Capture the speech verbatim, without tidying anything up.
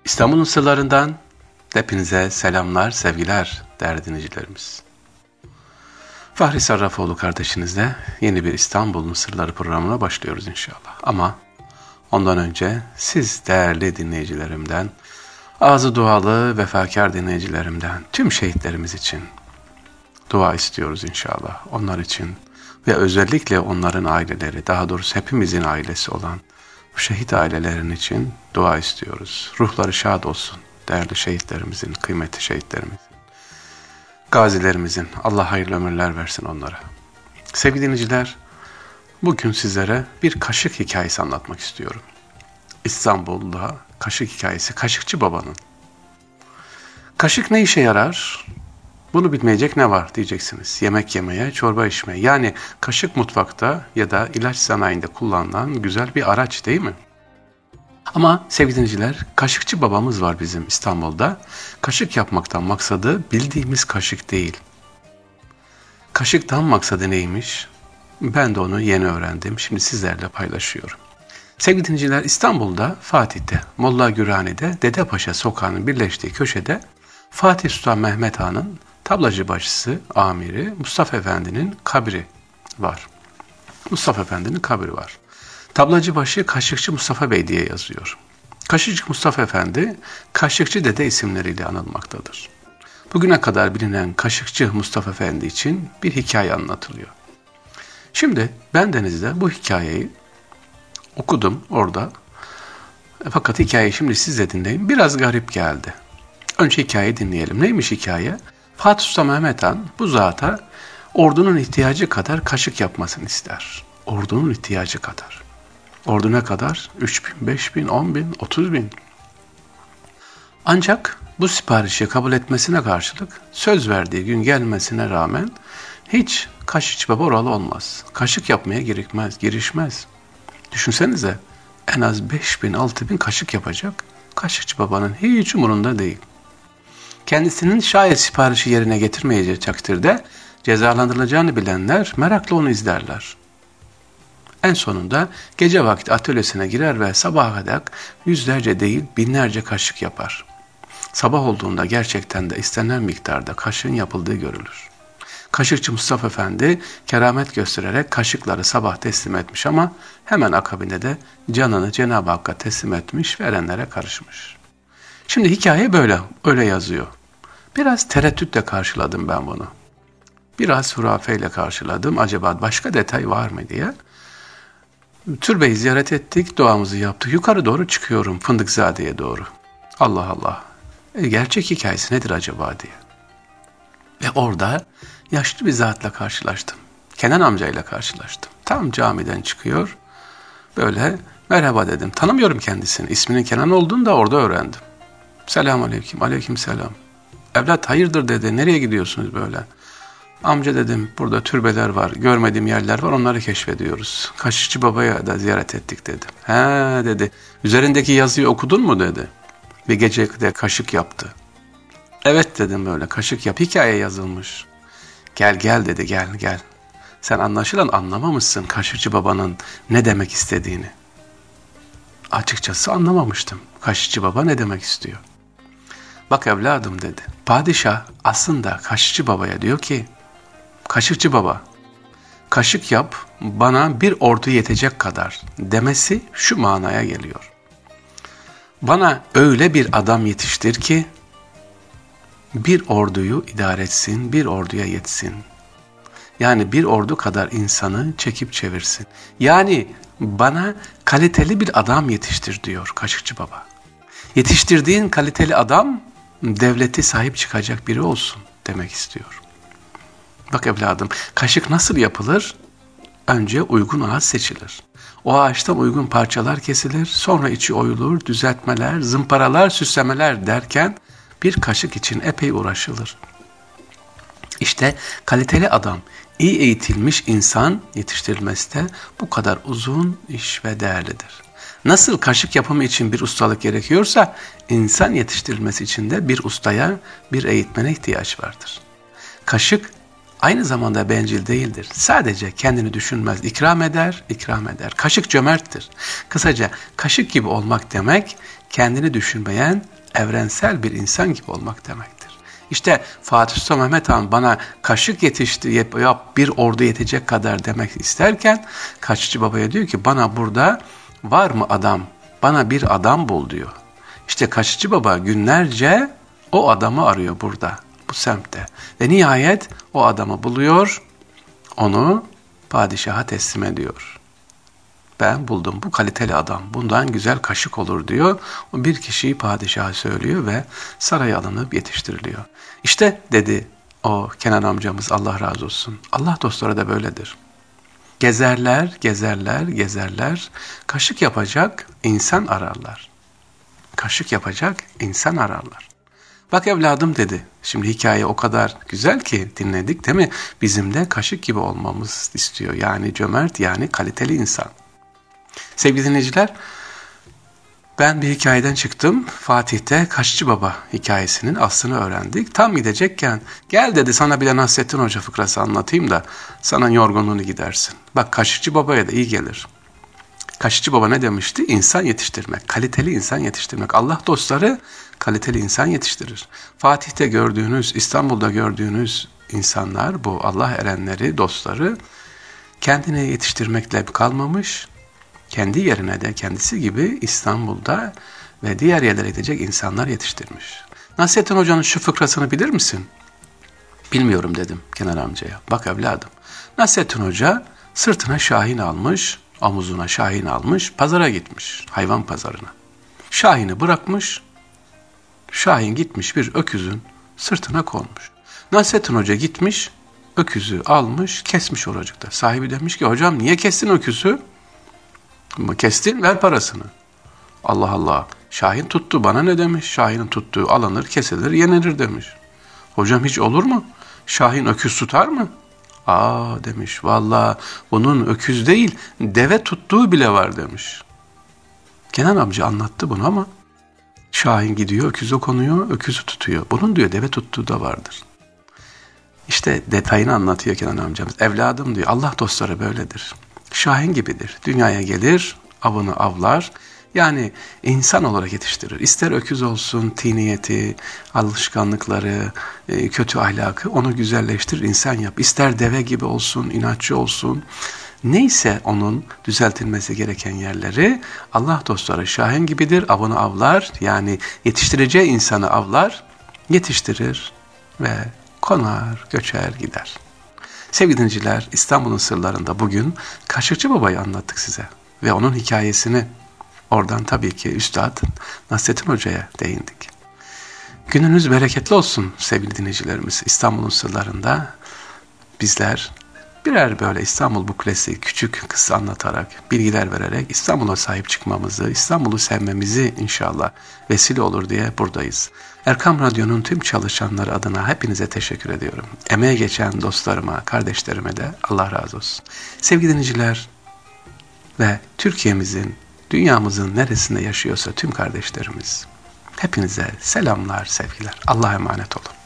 İstanbul'un sırlarından hepinize selamlar, sevgiler değerli dinleyicilerimiz. Fahri Sarrafoğlu kardeşinizle yeni bir İstanbul'un Sırları programına başlıyoruz inşallah. Ama ondan önce siz değerli dinleyicilerimden, ağzı dualı, vefakar dinleyicilerimden, tüm şehitlerimiz için dua istiyoruz inşallah. Onlar için ve özellikle onların aileleri, daha doğrusu hepimizin ailesi olan bu şehit ailelerin için dua istiyoruz. Ruhları şad olsun değerli şehitlerimizin, kıymetli şehitlerimizin, gazilerimizin. Allah hayırlı ömürler versin onlara. Sevgili dinleyiciler, bugün sizlere bir kaşık hikayesi anlatmak istiyorum. İstanbul'da kaşık hikayesi, Kaşıkçı Baba'nın. Kaşık ne işe yarar? Bunu bilmeyecek ne var diyeceksiniz. Yemek yemeye, çorba içmeye. Yani kaşık mutfakta ya da ilaç sanayinde kullanılan güzel bir araç değil mi? Ama sevgili dinleyiciler, Kaşıkçı Babamız var bizim İstanbul'da. Kaşık yapmaktan maksadı bildiğimiz kaşık değil. Kaşıktan maksadı neymiş? Ben de onu yeni öğrendim. Şimdi sizlerle paylaşıyorum. Sevgili dinleyiciler, İstanbul'da, Fatih'te, Molla Gürhani'de, Dedepaşa sokağının birleştiği köşede Fatih Sultan Mehmet Han'ın tablacı başısı, amiri Mustafa Efendi'nin kabri var. Mustafa Efendi'nin kabri var. Tablacı başı Kaşıkçı Mustafa Bey diye yazıyor. Kaşıkçı Mustafa Efendi, Kaşıkçı Dede isimleriyle anılmaktadır. Bugüne kadar bilinen Kaşıkçı Mustafa Efendi için bir hikaye anlatılıyor. Şimdi bendenizde bu hikayeyi okudum orada. Fakat hikayeyi şimdi siz de dinleyin. Biraz garip geldi. Önce hikayeyi dinleyelim. Neymiş hikaye? Fatih Sultan Mehmet Han bu zata ordunun ihtiyacı kadar kaşık yapmasını ister. Ordunun ihtiyacı kadar. Ordu ne kadar? üç bin, beş bin, on bin, otuz bin. Ancak bu siparişi kabul etmesine karşılık söz verdiği gün gelmesine rağmen hiç Kaşıkçı Baba oralı olmaz. Kaşık yapmaya girişmez, girişmez. Düşünsenize en az beş bin, altı bin kaşık yapacak. Kaşıkçı Baba'nın hiç umurunda değil. Kendisinin şayet siparişi yerine getirmeyeceği takdirde cezalandırılacağını bilenler merakla onu izlerler. En sonunda gece vakti atölyesine girer ve sabaha kadar yüzlerce değil binlerce kaşık yapar. Sabah olduğunda gerçekten de istenen miktarda kaşığın yapıldığı görülür. Kaşıkçı Mustafa Efendi keramet göstererek kaşıkları sabah teslim etmiş ama hemen akabinde de canını Cenab-ı Hakk'a teslim etmiş ve erenlere karışmış. Şimdi hikaye böyle, öyle yazıyor. Biraz tereddütle karşıladım ben bunu. Biraz hurafeyle karşıladım. Acaba başka detay var mı diye. Türbeyi ziyaret ettik, duamızı yaptık. Yukarı doğru çıkıyorum, Fındıkzade'ye doğru. Allah Allah, e, gerçek hikayesi nedir acaba diye. Ve orada yaşlı bir zatla karşılaştım. Kenan amcayla karşılaştım. Tam camiden çıkıyor. Böyle merhaba dedim. Tanımıyorum kendisini. İsminin Kenan olduğunu da orada öğrendim. Selamun aleyküm, aleyküm selam. Evlat hayırdır dedi, nereye gidiyorsunuz böyle? Amca dedim, burada türbeler var, görmediğim yerler var, onları keşfediyoruz. Kaşıkçı Baba'ya da ziyaret ettik dedim. He dedi, üzerindeki yazıyı okudun mu dedi. Bir gecede kaşık yaptı. Evet dedim böyle, kaşık yap, hikaye yazılmış. Gel gel dedi, gel gel. Sen anlaşılan anlamamışsın Kaşıkçı Baba'nın ne demek istediğini. Açıkçası anlamamıştım. Kaşıkçı Baba ne demek istiyor? Bak evladım dedi. Padişah aslında Kaşıkçı Baba'ya diyor ki, Kaşıkçı Baba, kaşık yap bana bir ordu yetecek kadar demesi şu manaya geliyor. Bana öyle bir adam yetiştir ki bir orduyu idare etsin, bir orduya yetsin. Yani bir ordu kadar insanı çekip çevirsin. Yani bana kaliteli bir adam yetiştir diyor Kaşıkçı Baba. Yetiştirdiğin kaliteli adam devleti sahip çıkacak biri olsun demek istiyor. Bak evladım, kaşık nasıl yapılır? Önce uygun ağaç seçilir. O ağaçtan uygun parçalar kesilir, sonra içi oyulur, düzeltmeler, zımparalar, süslemeler derken bir kaşık için epey uğraşılır. İşte kaliteli adam, iyi eğitilmiş insan yetiştirilmesi de bu kadar uzun iş ve değerlidir. Nasıl kaşık yapımı için bir ustalık gerekiyorsa, insan yetiştirilmesi için de bir ustaya, bir eğitmene ihtiyaç vardır. Kaşık aynı zamanda bencil değildir. Sadece kendini düşünmez, ikram eder, ikram eder. Kaşık cömerttir. Kısaca kaşık gibi olmak demek, kendini düşünmeyen, evrensel bir insan gibi olmak demektir. İşte Fatih Sultan Mehmet Han bana kaşık yetişti, yap, yap bir ordu yetecek kadar demek isterken, Kaşıkçı Baba'ya diyor ki bana burada var mı adam, bana bir adam bul diyor. İşte Kaşıkçı Baba günlerce o adamı arıyor burada, bu semtte. Ve nihayet o adamı buluyor, onu padişaha teslim ediyor. Ben buldum, bu kaliteli adam, bundan güzel kaşık olur diyor. O bir kişiyi padişaha söylüyor ve saraya alınıp yetiştiriliyor. İşte dedi o Kenan amcamız, Allah razı olsun. Allah dostları da böyledir. Gezerler, gezerler, gezerler. Kaşık yapacak insan ararlar. Kaşık yapacak insan ararlar. Bak evladım dedi. Şimdi hikaye o kadar güzel ki dinledik değil mi? Bizim de kaşık gibi olmamız istiyor. Yani cömert, yani kaliteli insan. Sevgili dinleyiciler, ben bir hikayeden çıktım. Fatih'te Kaşıkçı Baba hikayesinin aslını öğrendik. Tam gidecekken gel dedi sana bir de Nasrettin Hoca fıkrası anlatayım da sana yorgunluğunu gidersin. Bak Kaşıkçı Baba'ya da iyi gelir. Kaşıkçı Baba ne demişti? İnsan yetiştirmek, kaliteli insan yetiştirmek. Allah dostları kaliteli insan yetiştirir. Fatih'te gördüğünüz, İstanbul'da gördüğünüz insanlar, bu Allah erenleri, dostları kendini yetiştirmekle kalmamış, kendi yerine de kendisi gibi İstanbul'da ve diğer yerlere gidecek insanlar yetiştirmiş. Nasrettin Hoca'nın şu fıkrasını bilir misin? Bilmiyorum dedim Kenan amcaya. Bak evladım, Nasrettin Hoca sırtına şahin almış, omuzuna şahin almış, pazara gitmiş, hayvan pazarına. Şahini bırakmış, şahin gitmiş bir öküzün sırtına konmuş. Nasrettin Hoca gitmiş, öküzü almış, kesmiş oracıkta. Sahibi demiş ki, hocam niye kestin öküzü? Kestin, ver parasını. Allah Allah, şahin tuttu, bana ne demiş? Şahinin tuttuğu alınır, kesilir, yenilir demiş. Hocam hiç olur mu? Şahin öküz tutar mı? Aa demiş, vallahi bunun öküz değil, deve tuttuğu bile var demiş. Kenan amca anlattı bunu ama şahin gidiyor, öküze konuyor, öküzü tutuyor. Bunun diyor deve tuttuğu da vardır. İşte detayını anlatıyor Kenan amcamız. Evladım diyor, Allah dostları böyledir. Şahin gibidir. Dünyaya gelir, avını avlar. Yani insan olarak yetiştirir. İster öküz olsun, tiniyeti, alışkanlıkları, kötü ahlakı, onu güzelleştirir, insan yap. İster deve gibi olsun, inatçı olsun. Neyse onun düzeltilmesi gereken yerleri, Allah dostları şahin gibidir, avını avlar. Yani yetiştireceği insanı avlar, yetiştirir ve konar, göçer, gider. Sevgili dinleyiciler, İstanbul'un sırlarında bugün Kaşıkçı Baba'yı anlattık size ve onun hikayesini oradan tabii ki Üstad Nasrettin Hoca'ya değindik. Gününüz bereketli olsun sevgili dinleyicilerimiz. İstanbul'un sırlarında bizler birer böyle İstanbul buklesi, küçük kısa anlatarak, bilgiler vererek İstanbul'a sahip çıkmamızı, İstanbul'u sevmemizi inşallah vesile olur diye buradayız. Erkam Radyo'nun tüm çalışanları adına hepinize teşekkür ediyorum. Emeğe geçen dostlarıma, kardeşlerime de Allah razı olsun. Sevgili dinleyiciler ve Türkiye'mizin, dünyamızın neresinde yaşıyorsa tüm kardeşlerimiz, hepinize selamlar, sevgiler. Allah'a emanet olun.